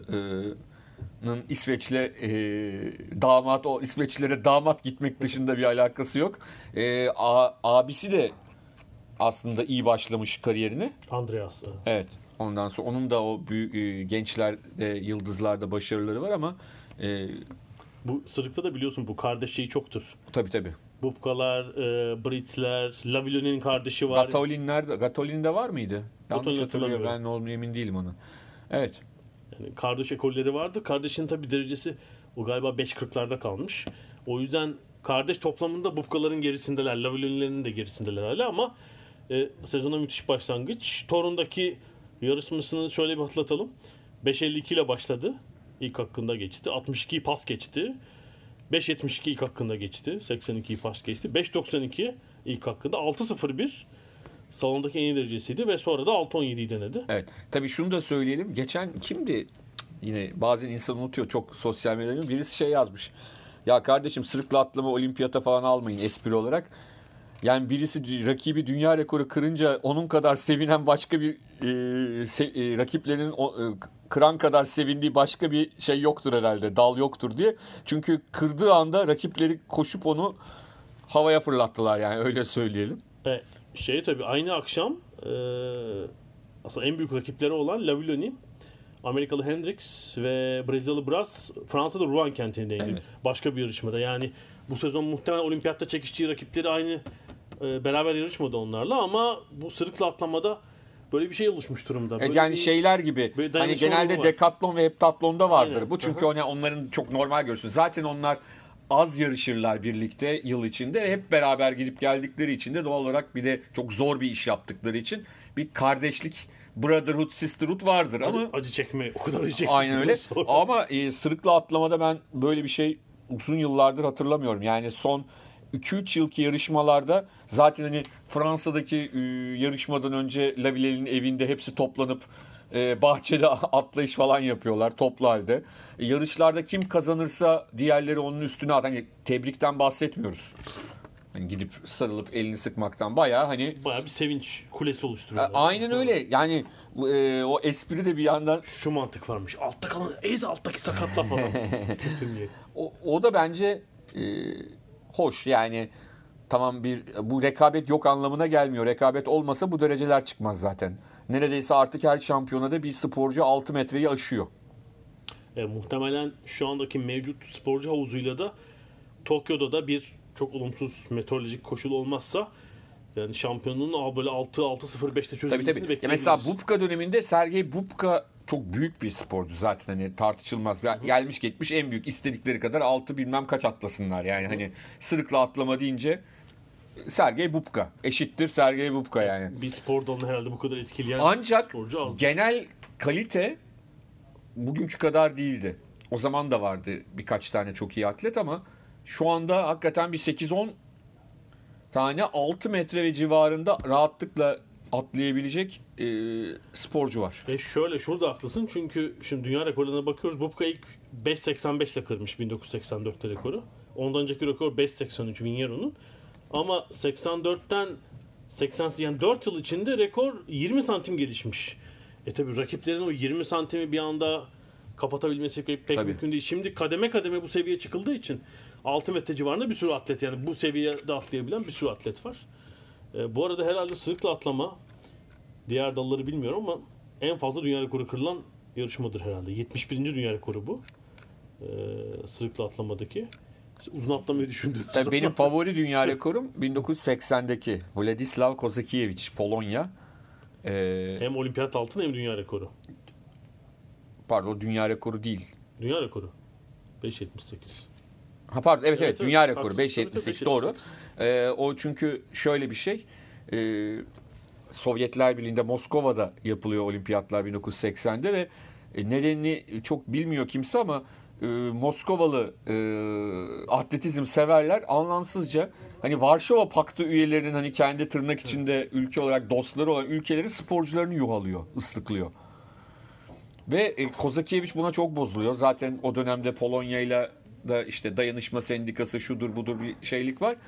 Babasının İsveçli e, damat, o İsveçlilere damat gitmek dışında bir alakası yok. E, a, abisi de aslında iyi başlamış kariyerine. Andreas. evet. Evet. Ondan sonra onun da o büyük e, gençlerde, yıldızlarda başarıları var ama e, Bu sırıkta da biliyorsun bu kardeş şeyi çoktur. tabii tabii. Bubkalar, e, Britsler, Lavillon'un kardeşi var. Gatolin nerede? Gatolin de var mıydı? Yanlış Gatolin hatırlıyorum. Ben hatırlamıyorum. ne olduğunu emin değilim ona. Evet. Yani kardeş ekolleri vardı. Kardeşin tabi derecesi o galiba beş kırklarda kalmış. O yüzden kardeş toplamında Bubkaların gerisindeler. Lavillon'lerin de gerisindeler hala ama e, sezona müthiş başlangıç. Torun'daki yarışmasını şöyle bir hatırlatalım. beş elli iki ile başladı. İlk hakkında geçti. altmış ikiyi pas geçti. beş yetmiş iki ilk hakkında geçti. seksen ikiyi pas geçti. beş doksan iki ilk hakkında. altı sıfır bir salondaki en iyi derecesiydi ve sonra da altı on yediyi denedi. Evet. Tabii şunu da söyleyelim. Geçen kimdi? Yine bazen insan unutuyor. Çok sosyal medyada. Birisi şey yazmış. Ya kardeşim sırıkla atlama olimpiyata falan almayın espri olarak. Yani birisi rakibi dünya rekoru kırınca onun kadar sevinen başka bir e, se- e, rakiplerinin o, e, kıran kadar sevindiği başka bir şey yoktur herhalde. Dal yoktur diye. Çünkü kırdığı anda rakipleri koşup onu havaya fırlattılar yani öyle söyleyelim. E, şey tabii aynı akşam e, aslında en büyük rakipleri olan Lavilloni, Amerikalı Hendricks ve Brezilyalı Braz Fransa'da Rouen kentindeydi. Evet. Başka bir yarışmada. Yani bu sezon muhtemelen olimpiyatta çekiştiği rakipleri aynı e, beraber yarışmadı onlarla ama bu sırıkla atlamada böyle bir şey oluşmuş durumda. Evet, Böyle yani bir- şeyler gibi böyle hani dayanışma genelde durumu var. dekatlon ve heptatlonda vardır Aynen. bu. Çünkü Hı hı. hani onların çok normal görürsün. Zaten onlar az yarışırlar birlikte yıl içinde ve hep beraber gidip geldikleri için de doğal olarak bir de çok zor bir iş yaptıkları için bir kardeşlik, brotherhood, sisterhood vardır acı, ama acı çekme o kadar acı çektik. aynen öyle. Sonra. Ama e, sırıkla atlamada ben böyle bir şey uzun yıllardır hatırlamıyorum. Yani son iki üç yılki yarışmalarda zaten hani Fransa'daki e, yarışmadan önce Lavillel'in evinde hepsi toplanıp e, bahçede atlayış falan yapıyorlar toplu halde. E, yarışlarda kim kazanırsa diğerleri onun üstüne at. Hani tebrikten bahsetmiyoruz. Hani gidip sarılıp elini sıkmaktan bayağı hani Bayağı bir sevinç kulesi e, oluşturuyorlar. aynen öyle. Yani e, o espri de bir yandan Şu mantık varmış. Altta kalan ez alttaki sakatla falan. Kesin diye. O, o da bence e, hoş yani tamam bir bu rekabet yok anlamına gelmiyor. Rekabet olmasa bu dereceler çıkmaz zaten. Neredeyse artık her şampiyonada bir sporcu altı metreyi aşıyor. E, muhtemelen şu andaki mevcut sporcu havuzuyla da Tokyo'da da bir çok olumsuz meteorolojik koşul olmazsa yani şampiyonluğun böyle altı altı sıfır beşte Tabii çözülmesini tabii. Ya mesela bekleyebiliriz. Bubka döneminde Sergey Bubka çok büyük bir sporcu zaten hani tartışılmaz. Ya, gelmiş geçmiş en büyük istedikleri kadar altı bilmem kaç atlasınlar. Yani hani sırıkla atlama deyince Sergey Bubka eşittir Sergey Bubka yani. Bir spor dalını herhalde bu kadar etkileyen Ancak sporcu az. genel kalite bugünkü kadar değildi. O zaman da vardı birkaç tane çok iyi atlet ama şu anda hakikaten bir sekiz on tane altı metre ve civarında rahatlıkla atlayabilecek e, sporcu var. Ve şöyle şurada haklısın çünkü şimdi dünya rekorlarına bakıyoruz. Bubka ilk beş seksen beş ile kırmış bin dokuz yüz seksen dörtte rekoru. Ondan önceki rekor beş seksen üç Vigneron'un. Ama seksen dörtten seksen yani dört yıl içinde rekor yirmi santim gelişmiş. E tabi rakiplerin o yirmi santimi bir anda kapatabilmesi pek pek Tabii. mümkün değil. Şimdi kademe kademe bu seviye çıkıldığı için altı metre civarında bir sürü atlet yani bu seviyede atlayabilen bir sürü atlet var. E, bu arada herhalde sırıkla atlama diğer dalları bilmiyorum ama en fazla dünya rekoru kırılan yarışmadır herhalde. yetmiş birinci dünya rekoru bu. E, sırıkla atlamadaki. Uzun atlamayı düşündüğünüz Tabii zaman- benim favori dünya rekorum bin dokuz yüz seksendeki Vladislav Kozakiewicz Polonya. E, Hem olimpiyat altın hem dünya rekoru. pardon dünya rekoru değil. Dünya rekoru. beş yetmiş sekiz. Ha pardon evet evet, Evet, evet, dünya rekoru haklısın. beş Tabii, yetmiş sekiz tabii, doğru. beş yetmiş Ee, o çünkü şöyle bir şey. Ee, Sovyetler Birliği'nde Moskova'da yapılıyor olimpiyatlar bin dokuz yüz seksende ve e, nedenini çok bilmiyor kimse ama e, Moskovalı e, atletizm severler anlamsızca hani Varşova Paktı üyelerinin hani kendi tırnak içinde ülke olarak dostları olan ülkelerin sporcularını yuhalıyor, ıslıklıyor. Ve e, Kozakiewicz buna çok bozuluyor. Zaten o dönemde Polonya'yla da işte dayanışma sendikası şudur budur bir şeylik var.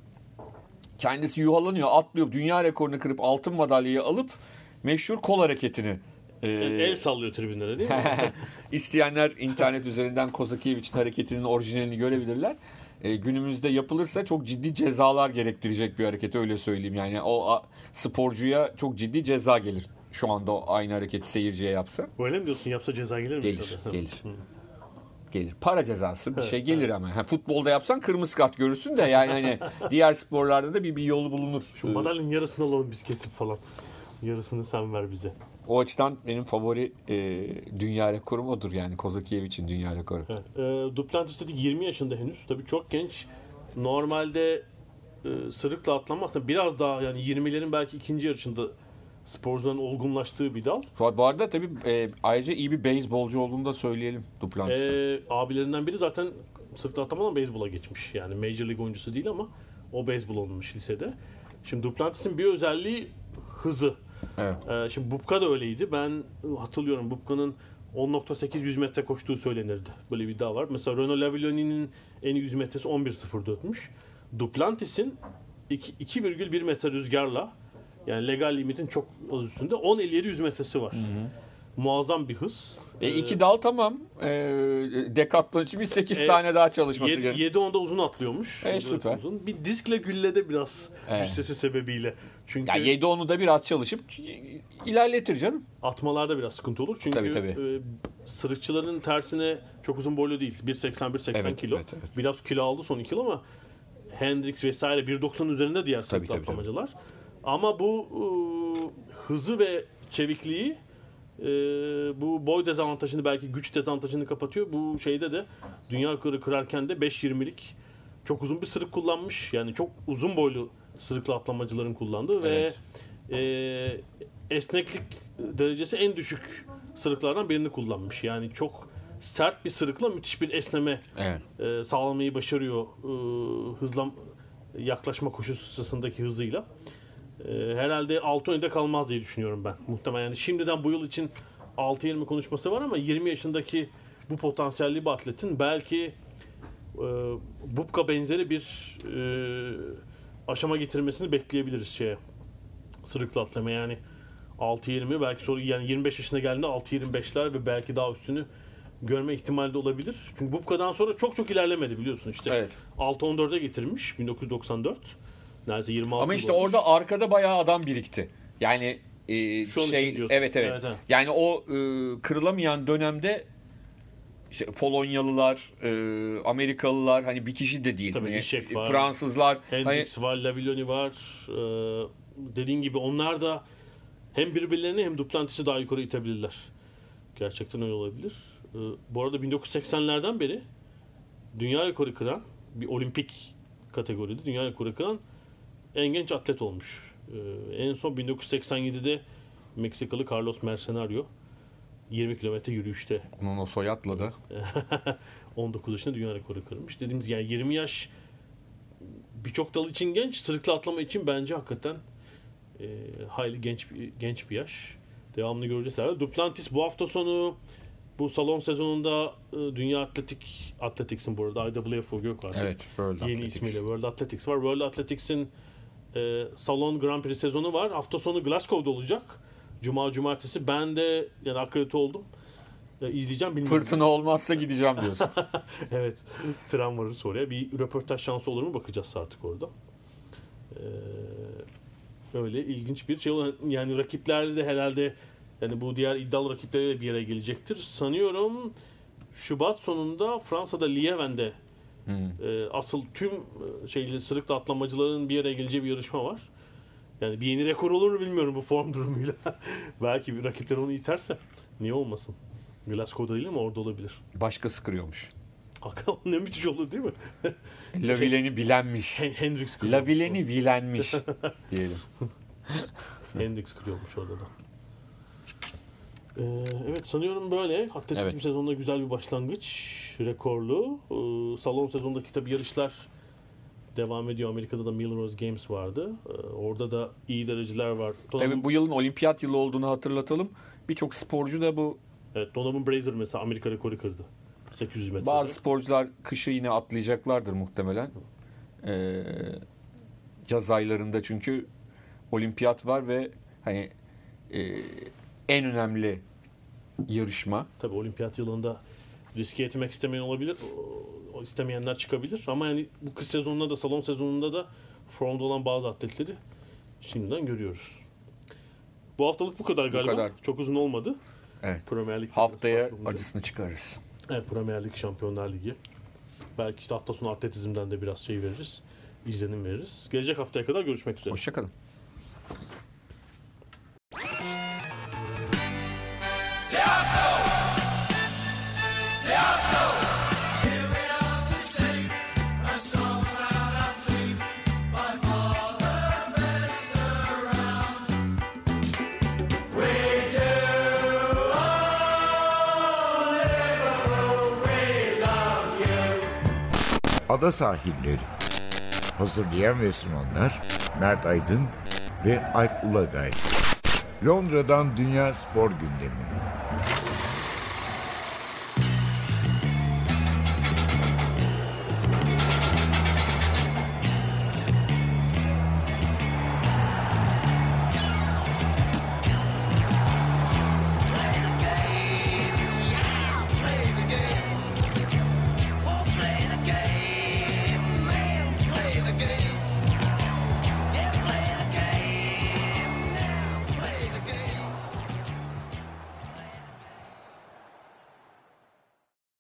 Kendisi yuhalanıyor, atlıyor, dünya rekorunu kırıp altın madalyayı alıp meşhur kol hareketini e, El sallıyor tribünlere değil mi? İsteyenler internet üzerinden Kozakiewicz'in hareketinin orijinalini görebilirler. E, günümüzde yapılırsa çok ciddi cezalar gerektirecek bir hareket, öyle söyleyeyim. Yani o a, sporcuya çok ciddi ceza gelir. Şu anda o aynı hareketi seyirciye yapsa. Öyle mi diyorsun? Yapsa ceza gelir mi? Gelir, tabii? gelir. Gelir. Para cezası bir şey gelir ama. Ha, futbolda yapsan kırmızı kart görürsün de yani hani diğer sporlarda da bir, bir yolu bulunur. Şu madalyonun yarısını alalım biz kesip falan. Yarısını sen ver bize. O açıdan benim favori e, dünya rekorum odur yani. Kozakiewicz'in dünya rekoru. Evet. E, Duplantis dedik yirmi yaşında henüz. Tabii çok genç. Normalde e, sırıkla atlama aslında biraz daha yani yirmilerin belki ikinci yarışında sporcuların olgunlaştığı bir dal. Bu arada tabii e, ayrıca iyi bir beyzbolcu olduğunu da söyleyelim Duplantis'in. E, abilerinden biri zaten sırıkla atlamadan beyzbola geçmiş. Yani Major League oyuncusu değil ama o beyzbol oynamış lisede. Şimdi Duplantis'in bir özelliği hızı. Evet. Ee, şimdi Bubka da öyleydi. Ben hatırlıyorum Bubka'nın on nokta sekiz yüz metre koştuğu söylenirdi. Böyle bir iddia var. Mesela Renaud Lavilloni'nin en iyi yüz metresi on bir sıfır dörtmüş. Duplantis'in iki virgül bir metre rüzgarla yani legal limitin çok az üstünde on elli yedi yüz metresi var. Hı hı. Muazzam bir hız. E, iki dal tamam. E, Decathlon için bir sekiz e, tane daha çalışması gerekiyor. yedi onda uzun atlıyormuş. E, süper. Uzun. Bir diskle güllede biraz evet. Cüssesi sebebiyle. Çünkü ya yedi onu da biraz çalışıp ilerletir canım. Atmalarda biraz sıkıntı olur. Çünkü tabii, tabii. E, sırıkçıların tersine çok uzun boylu değil. bir seksen bir seksen evet, kilo. Evet, evet. Biraz kilo aldı son iki yıl ama Hendrix vesaire bir doksan üzerinde diğer sırıklı atlamacılar. Ama bu e, hızı ve çevikliği e, bu boy dezavantajını belki güç dezavantajını kapatıyor. Bu şeyde de dünya rekoru kırarken de beş yirmilik çok uzun bir sırık kullanmış. Yani çok uzun boylu sırıklı atlamacıların kullandığı evet. ve e, esneklik derecesi en düşük sırıklardan birini kullanmış. Yani çok sert bir sırıkla müthiş bir esneme evet. e, sağlamayı başarıyor e, hızla yaklaşma koşusu sırasındaki hızıyla. E, herhalde altı önde kalmaz diye düşünüyorum ben. Muhtemelen yani şimdiden bu yıl için altı yirmi konuşması var ama yirmi yaşındaki bu potansiyelli bir atletin belki e, Bubka benzeri bir e, aşama getirmesini bekleyebiliriz şeye. Sırıklı atlama yani altı yirmi belki sonra yani yirmi beş yaşına geldiğinde altı yirmi beşler ve belki daha üstünü görme ihtimali de olabilir. Çünkü Bubka'dan sonra çok çok ilerlemedi biliyorsun işte. Evet. altı on dörde getirmiş bin dokuz yüz doksan dört. Neredeyse yirmi altı. Ama işte olmuş. orada arkada bayağı adam birikti. Yani e, Şu an şey için evet, evet evet. Yani o e, kırılamayan dönemde işte Polonyalılar, e, Amerikalılar hani bir kişi de değil. Tabii hani, Işek var. Fransızlar, Hendrix hani, var, Lavilloni var. Ee, dediğin gibi onlar da hem birbirlerini hem Duplantis'i daha yukarı itebilirler. Gerçekten öyle olabilir. Ee, bu arada bin dokuz yüz seksenlerden beri dünya rekoru kıran bir olimpik kategoride dünya rekoru kıran en genç atlet olmuş. Ee, en son bin dokuz yüz seksen yedide Meksikalı Carlos Mercenario yirmi kilometre yürüyüşte. Onun o soyadla da. on dokuz yaşında dünya rekoru kırmış. Dediğimiz yani yirmi yaş birçok dal için genç, sırıkla atlama için bence hakikaten e, hayli genç bir, genç bir yaş. Devamlı göreceğiz herhalde. Duplantis bu hafta sonu bu salon sezonunda e, Dünya Atletik Athletics'in bu arada I W F O Gök var. Evet, World Yeni Athletics. ismiyle World Athletics var. World Athletics'in e, salon Grand Prix sezonu var. Hafta sonu Glasgow'da olacak. Cuma cumartesi. Ben de yani akredite oldum. E, izleyeceğim bilmiyorum. Fırtına olmazsa gideceğim diyorsun. Evet. Tren varırsa oraya. Bir röportaj şansı olur mu bakacağız artık orada. Ee, öyle ilginç bir şey olan yani rakiplerle de herhalde yani bu diğer iddialı rakipleriyle bir yere gelecektir. Sanıyorum Şubat sonunda Fransa'da Lieven'de hmm. e, asıl tüm şeyli sırıkla atlamacıların bir yere geleceği bir yarışma var. Yani bir yeni rekor olur mu bilmiyorum bu form durumuyla. Belki bir rakipler onu iterse niye olmasın? Glasgow'da değil mi? Orada olabilir. Başkası kırıyormuş. Hakan ne müthiş olur değil mi? Lavileni bilenmiş. Hendrix kırıyormuş. Lavileni bilenmiş diyelim. Hendrix kırıyormuş orada da. Ee, evet sanıyorum böyle. Atletizm evet. sezonunda güzel bir başlangıç. rekorlu. Ee, salon sezonundaki tabii yarışlar devam ediyor. Amerika'da da Millrose Games vardı. Ee, orada da iyi dereceler var. Donovan, Tabii bu yılın olimpiyat yılı olduğunu hatırlatalım. Birçok sporcu da bu, evet, Donovan Brazier mesela Amerika rekoru kırdı. sekiz yüz metrede. bazı sporcular kışı yine atlayacaklardır muhtemelen. Ee, yaz aylarında çünkü olimpiyat var ve hani e, en önemli yarışma. Tabii olimpiyat yılında riske etmek istemeyen olabilir. O, o istemeyenler çıkabilir. Ama yani bu kış sezonunda da salon sezonunda da formda olan bazı atletleri şimdiden görüyoruz. Bu haftalık bu kadar galiba. kadar. Çok uzun olmadı. Evet. Premier Lig Haftaya sarsılınca. acısını çıkarırız. Evet, Premier Lig, Şampiyonlar Ligi. Belki işte hafta sonu atletizmden de biraz şey veririz. İzlenim veririz. Gelecek haftaya kadar görüşmek üzere. Hoşçakalın. Ada Sahilleri. Hazırlayan ve sunanlar Mert Aydın ve Alp Ulagay. Londra'dan Dünya Spor Gündemi.